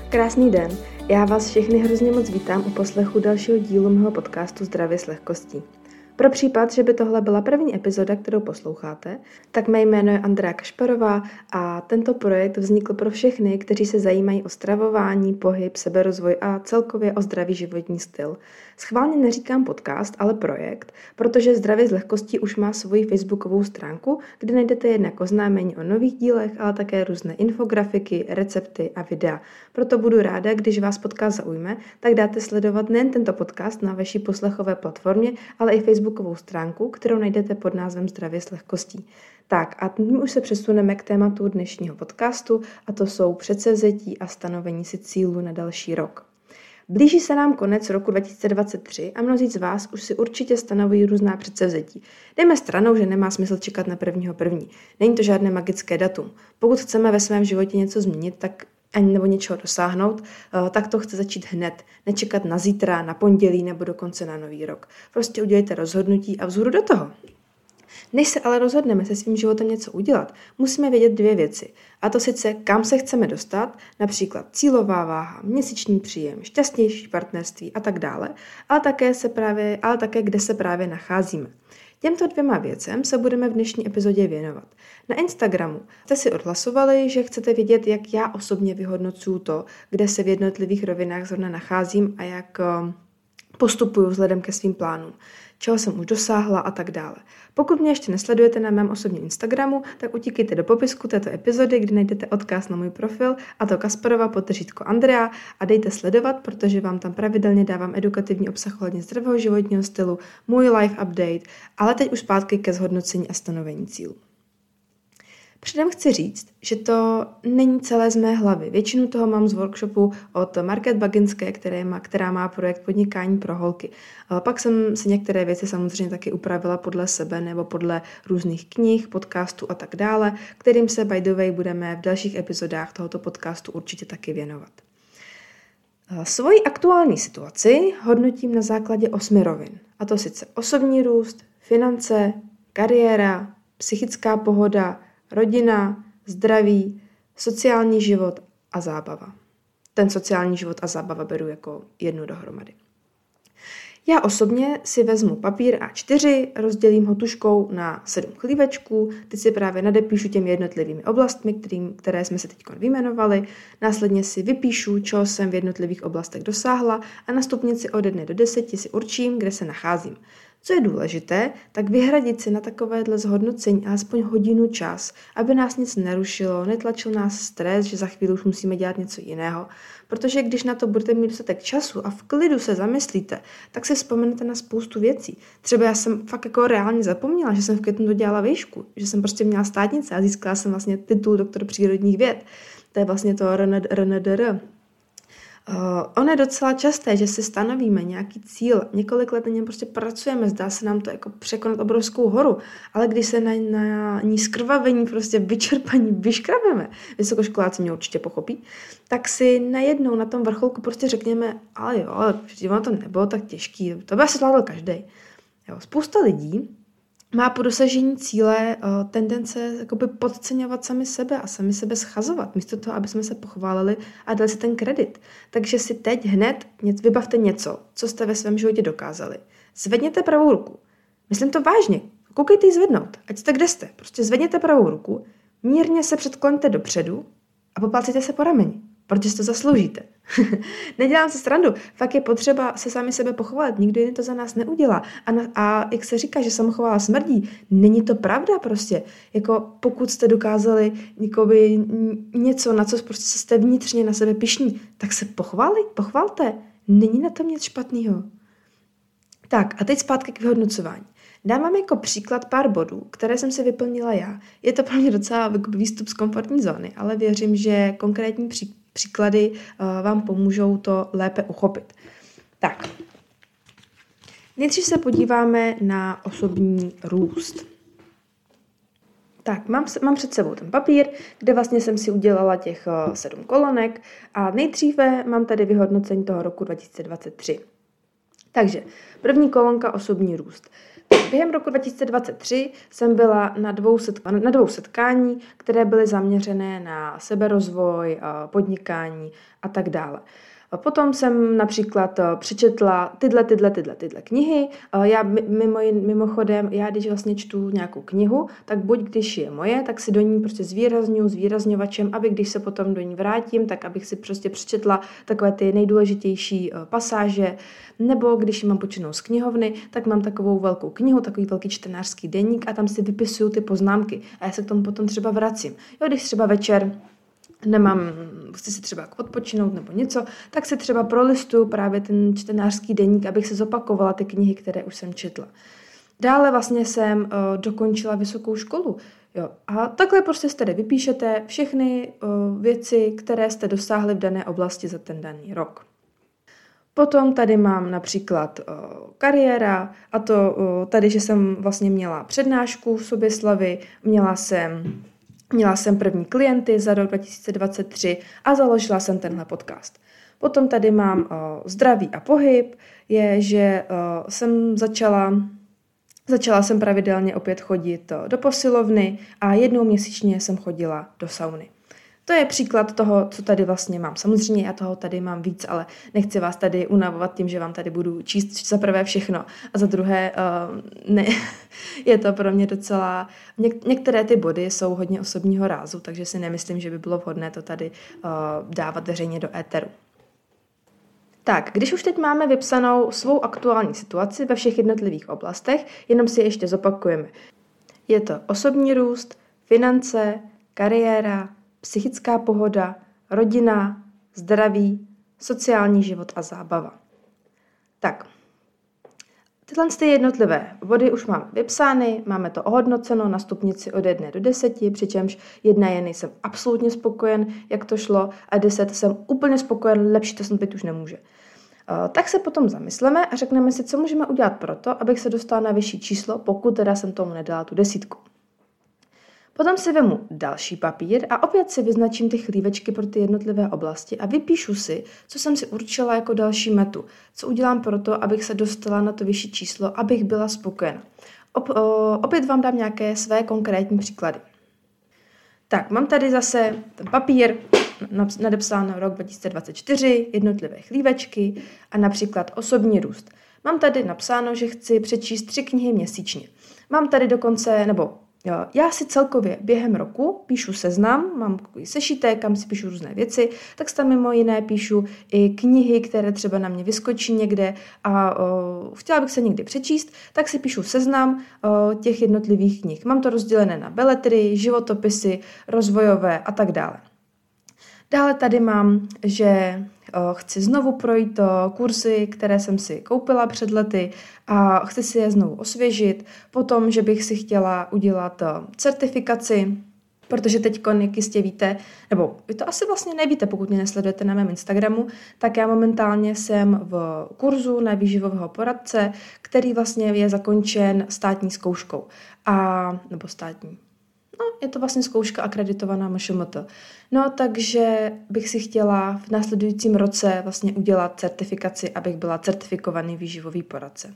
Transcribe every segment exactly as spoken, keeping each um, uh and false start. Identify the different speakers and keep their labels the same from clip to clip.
Speaker 1: Krásný den, já vás všechny hrozně moc vítám u poslechu dalšího dílu mého podcastu Zdravě s lehkostí. Pro případ, že by tohle byla první epizoda, kterou posloucháte, tak mé jméno je Andrea Kašparová a tento projekt vznikl pro všechny, kteří se zajímají o stravování, pohyb, seberozvoj a celkově o zdravý životní styl. Schválně neříkám podcast, ale projekt, protože Zdravě s lehkostí už má svoji facebookovou stránku, kde najdete jednak oznámení o nových dílech, ale také různé infografiky, recepty a videa. Proto budu ráda, když vás podcast zaujme, tak dáte sledovat nejen tento podcast na vaší poslechové platformě, ale i facebookovou stránku, kterou najdete pod názvem Zdravě s lehkostí. Tak a nyní už se přesuneme k tématu dnešního podcastu a to jsou předsevzetí a stanovení si cílů na další rok. Blíží se nám konec roku dva tisíce dvacet tři a mnozí z vás už si určitě stanovují různá předsevzetí. Dejme stranou, že nemá smysl čekat na prvního první. Není to žádné magické datum. Pokud chceme ve svém životě něco změnit, tak ani nebo něčeho dosáhnout, tak to chce začít hned. Nečekat na zítra, na pondělí nebo dokonce na nový rok. Prostě udělejte rozhodnutí a vzhůru do toho. Než se ale rozhodneme se svým životem něco udělat, musíme vědět dvě věci. A to sice, kam se chceme dostat, například cílová váha, měsíční příjem, šťastnější partnerství a tak dále, ale také, se právě, ale také kde se právě nacházíme. Těmto dvěma věcem se budeme v dnešní epizodě věnovat. Na Instagramu jste si odhlasovali, že chcete vědět, jak já osobně vyhodnocuju to, kde se v jednotlivých rovinách zrovna nacházím a jak postupuju vzhledem ke svým plánům, čeho jsem už dosáhla a tak dále. Pokud mě ještě nesledujete na mém osobním Instagramu, tak utíkejte do popisku této epizody, kde najdete odkaz na můj profil, a to Kasparova podtržítko Andrea, a dejte sledovat, protože vám tam pravidelně dávám edukativní obsah ohledně zdravého životního stylu, můj life update, ale teď už zpátky ke zhodnocení a stanovení cílů. Předem chci říct, že to není celé z mé hlavy. Většinu toho mám z workshopu od Market Baginské, které má, která má projekt Podnikání pro holky. Pak jsem si některé věci samozřejmě taky upravila podle sebe nebo podle různých knih, podcastů a tak dále, kterým se by the way budeme v dalších epizodách tohoto podcastu určitě taky věnovat. Svoji aktuální situaci hodnotím na základě osmi rovin. A to sice osobní růst, finance, kariéra, psychická pohoda, rodina, zdraví, sociální život a zábava. Ten sociální život a zábava beru jako jednu dohromady. Já osobně si vezmu papír á čtyři, rozdělím ho tužkou na sedm chlívečků, teď si právě nadepíšu těmi jednotlivými oblastmi, kterým, které jsme se teď vyjmenovali, následně si vypíšu, čeho jsem v jednotlivých oblastech dosáhla a na stupnici od jedné do deseti si určím, kde se nacházím. Co je důležité, tak vyhradit si na takovéhle zhodnocení alespoň hodinu čas, aby nás nic nerušilo, netlačil nás stres, že za chvíli už musíme dělat něco jiného. Protože když na to budete mít dostatek času a v klidu se zamyslíte, tak si vzpomenete na spoustu věcí. Třeba já jsem fakt jako reálně zapomněla, že jsem v květnu dodělala výšku, že jsem prostě měla státnice a získala jsem vlastně titul doktor přírodních věd. To je vlastně to R N D R. Uh, ono je docela časté, že si stanovíme nějaký cíl, několik let na něm prostě pracujeme, zdá se nám to jako překonat obrovskou horu, ale když se na, na ní skrvavení, prostě vyčerpaní vyškrabeme, vysokoškoláci mě určitě pochopí, tak si najednou na tom vrcholku prostě řekněme, ale jo, ale ono to nebylo tak těžký, to by asi zvládl každej. Jo, spousta lidí má po dosažení cíle uh, tendence jakoby podceňovat sami sebe a sami sebe schazovat, místo toho, aby jsme se pochválili a dali si ten kredit. Takže si teď hned vybavte něco, co jste ve svém životě dokázali. Zvedněte pravou ruku. Myslím to vážně. Koukejte ji zvednout, ať jste kde jste. Prostě zvedněte pravou ruku, mírně se předkloňte dopředu a poplácejte se po rameni, protože si to zasloužíte. Nedělám si srandu, fakt je potřeba se sami sebe pochválit, nikdo jiný to za nás neudělá. A, na, a jak se říká, že samochvála smrdí, není to pravda prostě. Jako pokud jste dokázali někoby něco, na co prostě jste vnitřně na sebe pyšní, tak se pochváli, pochvalte. Není na tom nic špatného. Tak a teď zpátky k vyhodnocování. Dám vám jako příklad pár bodů, které jsem si vyplnila já. Je to pro mě docela výstup z komfortní zóny, ale věřím, že konkrétní pří, příklady uh, vám pomůžou to lépe uchopit. Tak, nejdřív se podíváme na osobní růst. Tak, mám, mám před sebou ten papír, kde vlastně jsem si udělala těch uh, sedm kolonek a nejdříve mám tady vyhodnocení toho roku dva tisíce dvacet tři. Takže první kolonka osobní růst. Během roku dva tisíce dvacet tři jsem byla na dvou, setk- na dvou setkání, které byly zaměřené na seberozvoj, podnikání a tak dále. Potom jsem například přečetla tyhle, tyhle, tyhle, tyhle knihy. Já mimo, mimochodem, já když vlastně čtu nějakou knihu, tak buď když je moje, tak si do ní prostě zvýrazňuji zvýrazňovačem, aby když se potom do ní vrátím, tak abych si prostě přečetla takové ty nejdůležitější pasáže, nebo když ji mám počenou z knihovny, tak mám takovou velkou knihu, takový velký čtenářský deník a tam si vypisuju ty poznámky a já se k tomu potom třeba vracím. Jo, když třeba večer nemám, chci si třeba odpočinout nebo něco, tak si třeba prolistuju právě ten čtenářský deník, abych si zopakovala ty knihy, které už jsem četla. Dále vlastně jsem uh, dokončila vysokou školu. Jo. A takhle prostě si tady vypíšete všechny uh, věci, které jste dosáhli v dané oblasti za ten daný rok. Potom tady mám například uh, kariéra a to uh, tady, že jsem vlastně měla přednášku v Soběslavi, měla jsem Měla jsem první klienty za rok dva tisíce dvacet tři a založila jsem tenhle podcast. Potom tady mám uh, zdraví a pohyb, je, že uh, jsem začala, začala jsem pravidelně opět chodit uh, do posilovny a jednou měsíčně jsem chodila do sauny. To je příklad toho, co tady vlastně mám. Samozřejmě já toho tady mám víc, ale nechci vás tady unavovat tím, že vám tady budu číst za prvé všechno a za druhé uh, ne, je to pro mě docela... Něk- některé ty body jsou hodně osobního rázu, takže si nemyslím, že by bylo vhodné to tady uh, dávat veřejně do éteru. Tak, když už teď máme vypsanou svou aktuální situaci ve všech jednotlivých oblastech, jenom si ještě zopakujeme. Je to osobní růst, finance, kariéra, psychická pohoda, rodina, zdraví, sociální život a zábava. Tak, tyhle ty jednotlivé body už máme vypsány, máme to ohodnoceno na stupnici od jedné do deseti, přičemž jedna je nejsem absolutně spokojen, jak to šlo, a deset jsem úplně spokojen, lepší to snad být už nemůže. Tak se potom zamysleme a řekneme si, co můžeme udělat pro to, abych se dostala na vyšší číslo, pokud teda jsem tomu nedala tu desítku. Potom si vemu další papír a opět si vyznačím ty chlívečky pro ty jednotlivé oblasti a vypíšu si, co jsem si určila jako další metu. Co udělám pro to, abych se dostala na to vyšší číslo, abych byla spokojena. Op, o, opět vám dám nějaké své konkrétní příklady. Tak, mám tady zase ten papír, nadepsáno rok dva tisíce dvacet čtyři, jednotlivé chlívečky a například osobní růst. Mám tady napsáno, že chci přečíst tři knihy měsíčně. Mám tady dokonce, nebo jo, já si celkově během roku píšu seznam, mám takový sešítek, kam si píšu různé věci, tak tam mimo jiné píšu i knihy, které třeba na mě vyskočí někde a o, chtěla bych se někdy přečíst, tak si píšu seznam o, těch jednotlivých knih. Mám to rozdělené na beletry, životopisy, rozvojové a tak dále. Dále tady mám, že o, chci znovu projít o, kurzy, které jsem si koupila před lety a chci si je znovu osvěžit. Potom, že bych si chtěla udělat o, certifikaci, protože teď, jak jistě víte, nebo vy to asi vlastně nevíte, pokud mě nesledujete na mém Instagramu, tak já momentálně jsem v kurzu na výživového poradce, který vlastně je zakončen státní zkouškou. A, nebo státní. No, je to vlastně zkouška akreditovaná M Š M T. No, takže bych si chtěla v následujícím roce vlastně udělat certifikaci, abych byla certifikovaný výživový poradce.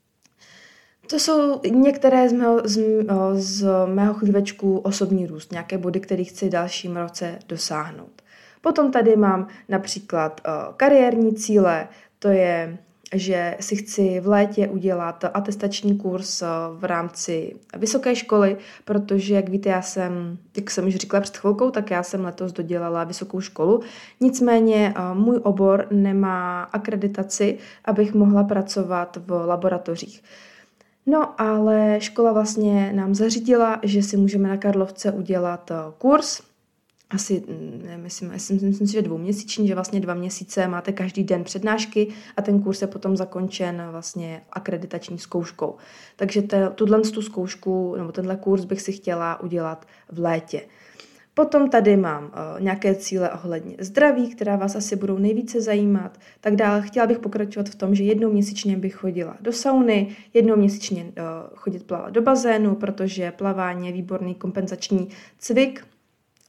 Speaker 1: To jsou některé z mého, z, z mého chlívečku osobní růst, nějaké body, které chci v dalším roce dosáhnout. Potom tady mám například uh, kariérní cíle, to je, že si chci v létě udělat atestační kurz v rámci vysoké školy, protože, jak víte, já jsem, jak jsem už říkala před chvilkou, tak já jsem letos dodělala vysokou školu. Nicméně můj obor nemá akreditaci, abych mohla pracovat v laboratořích. No, ale škola vlastně nám zařídila, že si můžeme na Karlovce udělat kurz, asi, nevím, myslím, myslím si, že dvouměsíční, že vlastně dva měsíce máte každý den přednášky a ten kurz je potom zakončen vlastně akreditační zkouškou. Takže tuhle tu zkoušku, nebo tenhle kurz bych si chtěla udělat v létě. Potom tady mám uh, nějaké cíle ohledně zdraví, která vás asi budou nejvíce zajímat. Tak dále chtěla bych pokračovat v tom, že jednou měsíčně bych chodila do sauny, jednou měsíčně uh, chodit plavat do bazénu, protože plavání je výborný kompenzační cvik.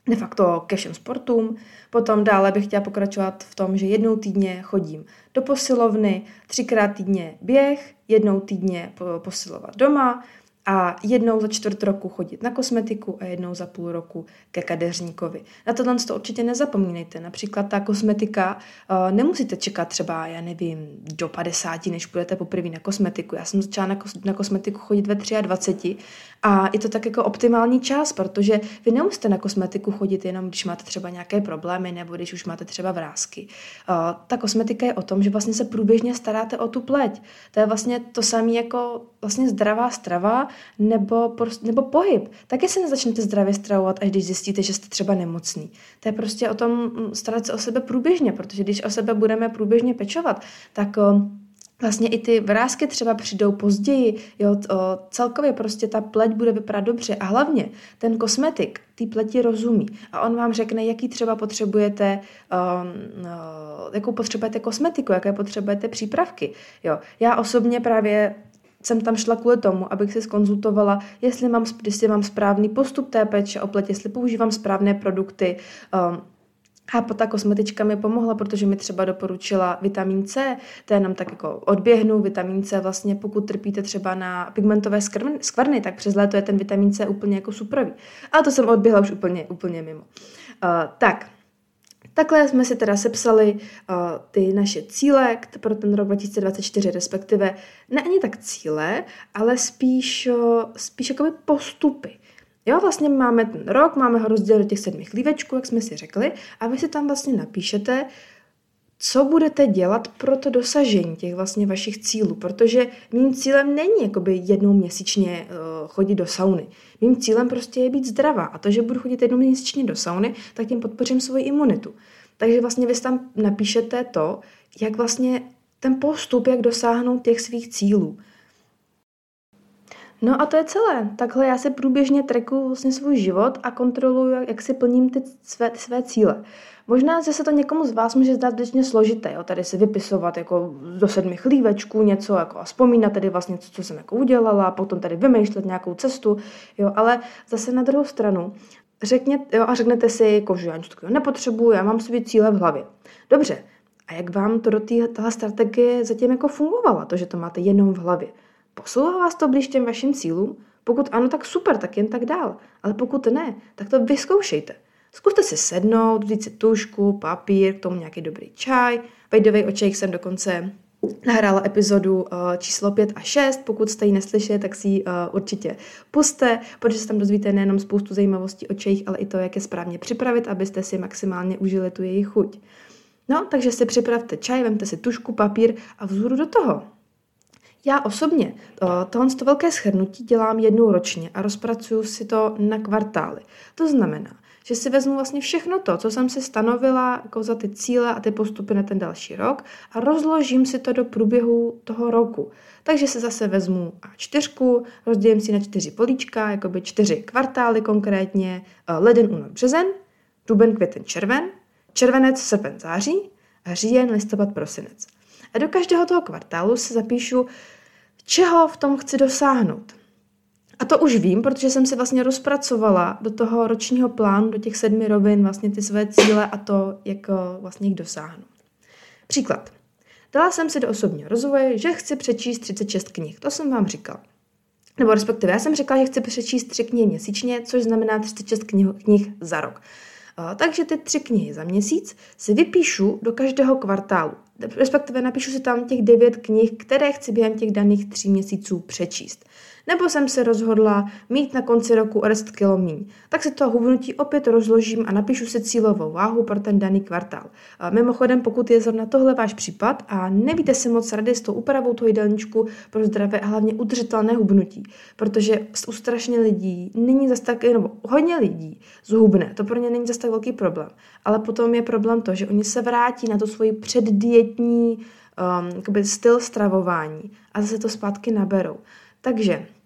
Speaker 1: de facto ke všem sportům. Potom dále bych chtěla pokračovat v tom, že jednou týdně chodím do posilovny, třikrát týdně běh, jednou týdně posilovat doma a jednou za čtvrt roku chodit na kosmetiku a jednou za půl roku ke kadeřníkovi. Na tohle to určitě nezapomínejte. Například ta kosmetika, uh, nemusíte čekat třeba, já nevím, do padesáti, než půjdete poprvé na kosmetiku. Já jsem začala na, kos- na kosmetiku chodit ve dvaceti třech a je to tak jako optimální čas, protože vy nemusíte na kosmetiku chodit jenom, když máte třeba nějaké problémy nebo když už máte třeba vrásky. Uh, ta kosmetika je o tom, že vlastně se průběžně staráte o tu pleť. To je vlastně to samé jako vlastně zdravá strava nebo, nebo pohyb. Taky se nezačnete zdravě stravovat, až když zjistíte, že jste třeba nemocný. To je prostě o tom starat se o sebe průběžně, protože když o sebe budeme průběžně pečovat, tak uh, vlastně i ty vrásky třeba přijdou později, jo, o, celkově prostě ta pleť bude vypadat dobře a hlavně ten kosmetik té pleti rozumí a on vám řekne, jaký třeba potřebujete, um, uh, jakou potřebujete kosmetiku, jaké potřebujete přípravky. Jo. Já osobně právě jsem tam šla kvůli tomu, abych si zkonzultovala, jestli mám, jestli mám správný postup té péče o pleť, jestli používám správné produkty. Um, A ta kosmetička mi pomohla, protože mi třeba doporučila vitamin C, to jenom tak jako odběhnu, vitamin C vlastně pokud trpíte třeba na pigmentové skvrny, tak přes léto je ten vitamin C úplně jako superový. Ale to jsem odběhla už úplně, úplně mimo. Uh, tak, takhle jsme si teda sepsali uh, ty naše cíle pro ten rok dva tisíce dvacet čtyři, respektive ne ani tak cíle, ale spíš, uh, spíš jakoby postupy. Jo, vlastně máme ten rok, máme ho rozdělit do těch sedmi chlívečků, jak jsme si řekli, a vy si tam vlastně napíšete, co budete dělat pro to dosažení těch vlastně vašich cílů, protože mým cílem není jakoby jednou měsíčně uh, chodit do sauny. Mým cílem prostě je být zdravá a to, že budu chodit jednou měsíčně do sauny, tak tím podpořím svoji imunitu. Takže vlastně vy si tam napíšete to, jak vlastně ten postup, jak dosáhnout těch svých cílů. No a to je celé. Takhle já si průběžně trackuju vlastně svůj život a kontroluju, jak si plním ty své, ty své cíle. Možná, že se to někomu z vás může zdát většině složité, jo? Tady si vypisovat jako do sedmi chlívečků něco jako a vzpomínat tedy vlastně, co, co jsem jako udělala, potom tady vymýšlet nějakou cestu, jo? Ale zase na druhou stranu řekněte, jo, a řeknete si, jako, že já něco takového nepotřebuji, já mám svý cíle v hlavě. Dobře, a jak vám to do téhle strategie zatím jako fungovalo, to, že to máte jenom v hlavě? Posouvá vás to blíž těm vašim cílům? Pokud ano, tak super, tak jen tak dál. Ale pokud ne, tak to vyzkoušejte. Zkuste si sednout, vzít si tužku, papír, k tomu nějaký dobrý čaj. By the way, o čajích jsem dokonce nahrála epizodu uh, číslo pět a šest. Pokud jste ji neslyšeli, tak si ji uh, určitě puste, protože se tam dozvíte nejenom spoustu zajímavostí o čajích, ale i to, jak je správně připravit, abyste si maximálně užili tu jejich chuť. No, takže si připravte čaj, vemte si tužku, papír a vzhůru do toho. Já osobně tohle to velké shrnutí dělám jednou ročně a rozpracuju si to na kvartály. To znamená, že si vezmu vlastně všechno to, co jsem si stanovila jako za ty cíle a ty postupy na ten další rok a rozložím si to do průběhu toho roku. Takže si zase vezmu á čtyři, rozdělím si na čtyři políčka, jakoby čtyři kvartály konkrétně, leden, únor, březen, duben, květen, červen, červenec, srpen, září a říjen, listopad, prosinec. A do každého toho kvartálu si zapíšu, čeho v tom chci dosáhnout. A to už vím, protože jsem si vlastně rozpracovala do toho ročního plánu, do těch sedmi rovin vlastně ty své cíle a to, jak vlastně jich dosáhnu. Příklad. Dala jsem si do osobního rozvoje, že chci přečíst třicet šest knih. To jsem vám říkala. Nebo respektive já jsem řekla, že chci přečíst tři knihy měsíčně, což znamená třicet šest knih, knih za rok. Takže ty tři knihy za měsíc si vypíšu do každého kvartálu. Respektive napíšu si tam těch devět knih, které chci během těch daných tří měsíců přečíst. Nebo jsem se rozhodla mít na konci roku o deset kilo míň. Tak si to hubnutí opět rozložím a napíšu si cílovou váhu pro ten daný kvartál. A mimochodem, pokud je zrovna tohle váš případ a nevíte si moc rady s tou úpravou toho jídelníčku pro zdravé a hlavně udržitelné hubnutí, protože u strašně lidí není zas tak, nebo hodně lidí zhubne, to pro ně není zas tak velký problém. Ale potom je problém to, že oni se vrátí na to svoji předdietní um, styl stravování a zase to zpátky naberou. Takže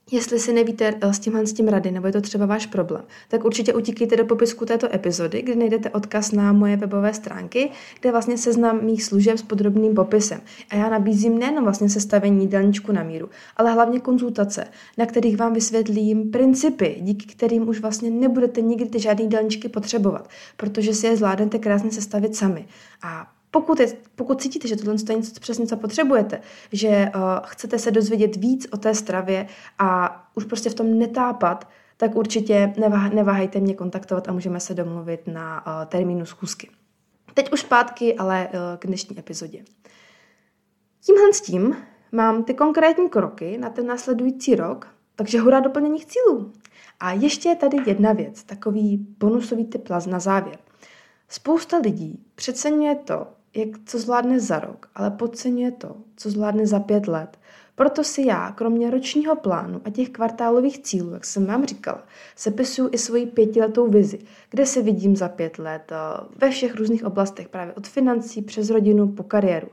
Speaker 1: Jestli si nevíte s tímhle s tím rady, nebo je to třeba váš problém, tak určitě utíkejte do popisku této epizody, kde najdete odkaz na moje webové stránky, kde vlastně seznam mých služeb s podrobným popisem. A já nabízím nejen vlastně sestavení jídelníčku na míru, ale hlavně konzultace, na kterých vám vysvětlím principy, díky kterým už vlastně nebudete nikdy ty žádný jídelníčky potřebovat, protože si je zvládnete krásně sestavit sami. A Pokud, je, pokud cítíte, že tohle je něco přesně, co potřebujete, že uh, chcete se dozvědět víc o té stravě a už prostě v tom netápat, tak určitě nevá, neváhejte mě kontaktovat a můžeme se domluvit na uh, termínu schůzky. Teď už zpátky, ale uh, k dnešní epizodě. Tímhle s tím mám ty konkrétní kroky na ten následující rok, takže hurá doplněných cílů. A ještě je tady jedna věc, takový bonusový tip na závěr. Spousta lidí přeceňuje to, jak co zvládne za rok, ale podceňuje to, co zvládne za pět let. Proto si já, kromě ročního plánu a těch kvartálových cílů, jak jsem vám říkala, sepisuju i svoji pětiletou vizi, kde se vidím za pět let ve všech různých oblastech, právě od financí přes rodinu po kariéru.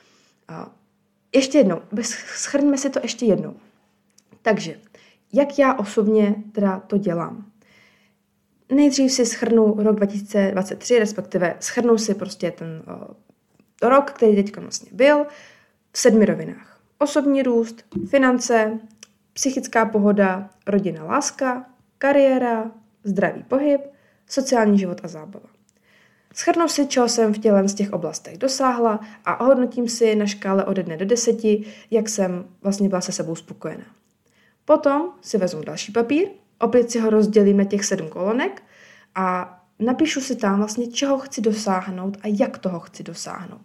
Speaker 1: Ještě jednou, shrňme si to ještě jednou. Takže, jak já osobně teda to dělám? Nejdřív si shrnu rok dva tisíce dvacet tři, respektive shrnu si prostě ten o, rok, který teď vlastně byl, v sedmi rovinách. Osobní růst, finance, psychická pohoda, rodina, láska, kariéra, zdravý pohyb, sociální život a zábava. Shrnu si, čeho jsem v těle z těch oblastech dosáhla a ohodnotím si na škále od jedné do deseti, jak jsem vlastně byla se sebou spokojená. Potom si vezmu další papír, opět si ho rozdělím na těch sedm kolonek a napíšu si tam vlastně, čeho chci dosáhnout a jak toho chci dosáhnout.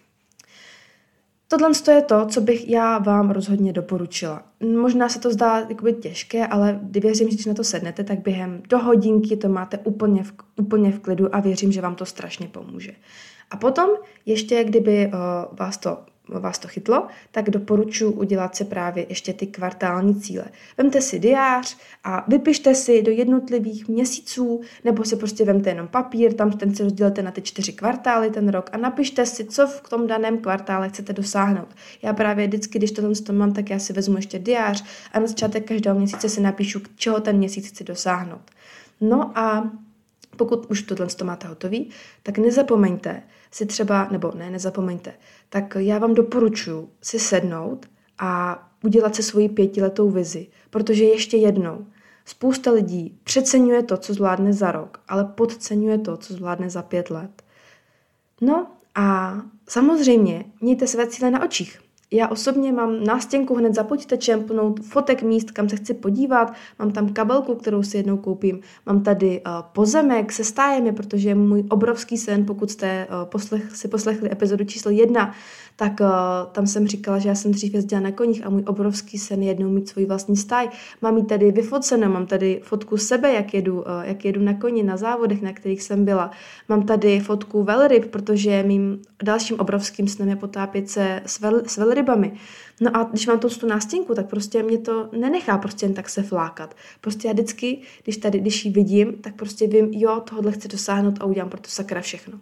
Speaker 1: Tohle je to, co bych já vám rozhodně doporučila. Možná se to zdá jakoby těžké, ale věřím, že když na to sednete, tak během do hodinky to máte úplně v, úplně v klidu a věřím, že vám to strašně pomůže. A potom ještě, kdyby uh, vás to vás to chytlo, tak doporučuji udělat si právě ještě ty kvartální cíle. Vemte si diář a vypište si do jednotlivých měsíců, nebo si prostě vemte jenom papír, tam ten si rozdělte na ty čtyři kvartály ten rok a napište si, co v tom daném kvartále chcete dosáhnout. Já právě vždycky, když tohle to mám, tak já si vezmu ještě diář a na začátek každého měsíce si napíšu, čeho ten měsíc chci dosáhnout. No a pokud už tohle to máte hotový, tak nezapomeňte si třeba, nebo ne, nezapomeňte, tak já vám doporučuji si sednout a udělat si svoji pětiletou vizi, protože ještě jednou, spousta lidí přeceňuje to, co zvládne za rok, ale podceňuje to, co zvládne za pět let. No a samozřejmě mějte své cíle na očích. Já osobně mám nástěnku hned za počítačem plnou fotek míst, kam se chci podívat, mám tam kabelku, kterou si jednou koupím, mám tady uh, pozemek se stájemi, protože je můj obrovský sen, pokud jste uh, poslech, si poslechli epizodu číslo jedna, tak uh, tam jsem říkala, že já jsem dřív jezdila na koních a můj obrovský sen je jednou mít svůj vlastní stáj. Mám ji tady vyfocenou, mám tady fotku sebe, jak jedu, uh, jak jedu na koni, na závodech, na kterých jsem byla. Mám tady fotku velryb, protože mým dalším obrovským snem je potápět se s, vel, s velrybami. No a když mám tu nástěnku, tak prostě mě to nenechá prostě jen tak se flákat. Prostě já vždycky, když tady, když ji vidím, tak prostě vím, jo, tohle chci dosáhnout a udělám pro to sakra všechno.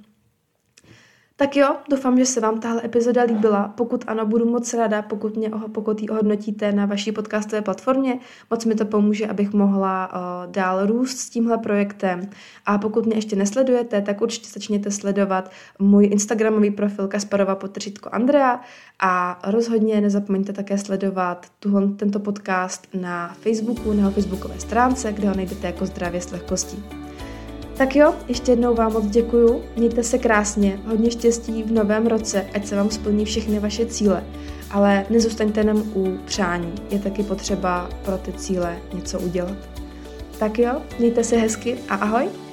Speaker 1: Tak jo, doufám, že se vám tahle epizoda líbila. Pokud ano, budu moc ráda, pokud, mě, pokud ji ohodnotíte na vaší podcastové platformě. Moc mi to pomůže, abych mohla uh, dál růst s tímhle projektem. A pokud mě ještě nesledujete, tak určitě začněte sledovat můj instagramový profil Kasparova podtržítko Andrea a rozhodně nezapomeňte také sledovat tuhle, tento podcast na Facebooku, na facebookové stránce, kde ho najdete jako Zdravě s lehkostí. Tak jo, ještě jednou vám moc děkuju, mějte se krásně, hodně štěstí v novém roce, ať se vám splní všechny vaše cíle, ale nezůstaňte jenom u přání, je taky potřeba pro ty cíle něco udělat. Tak jo, mějte se hezky a ahoj!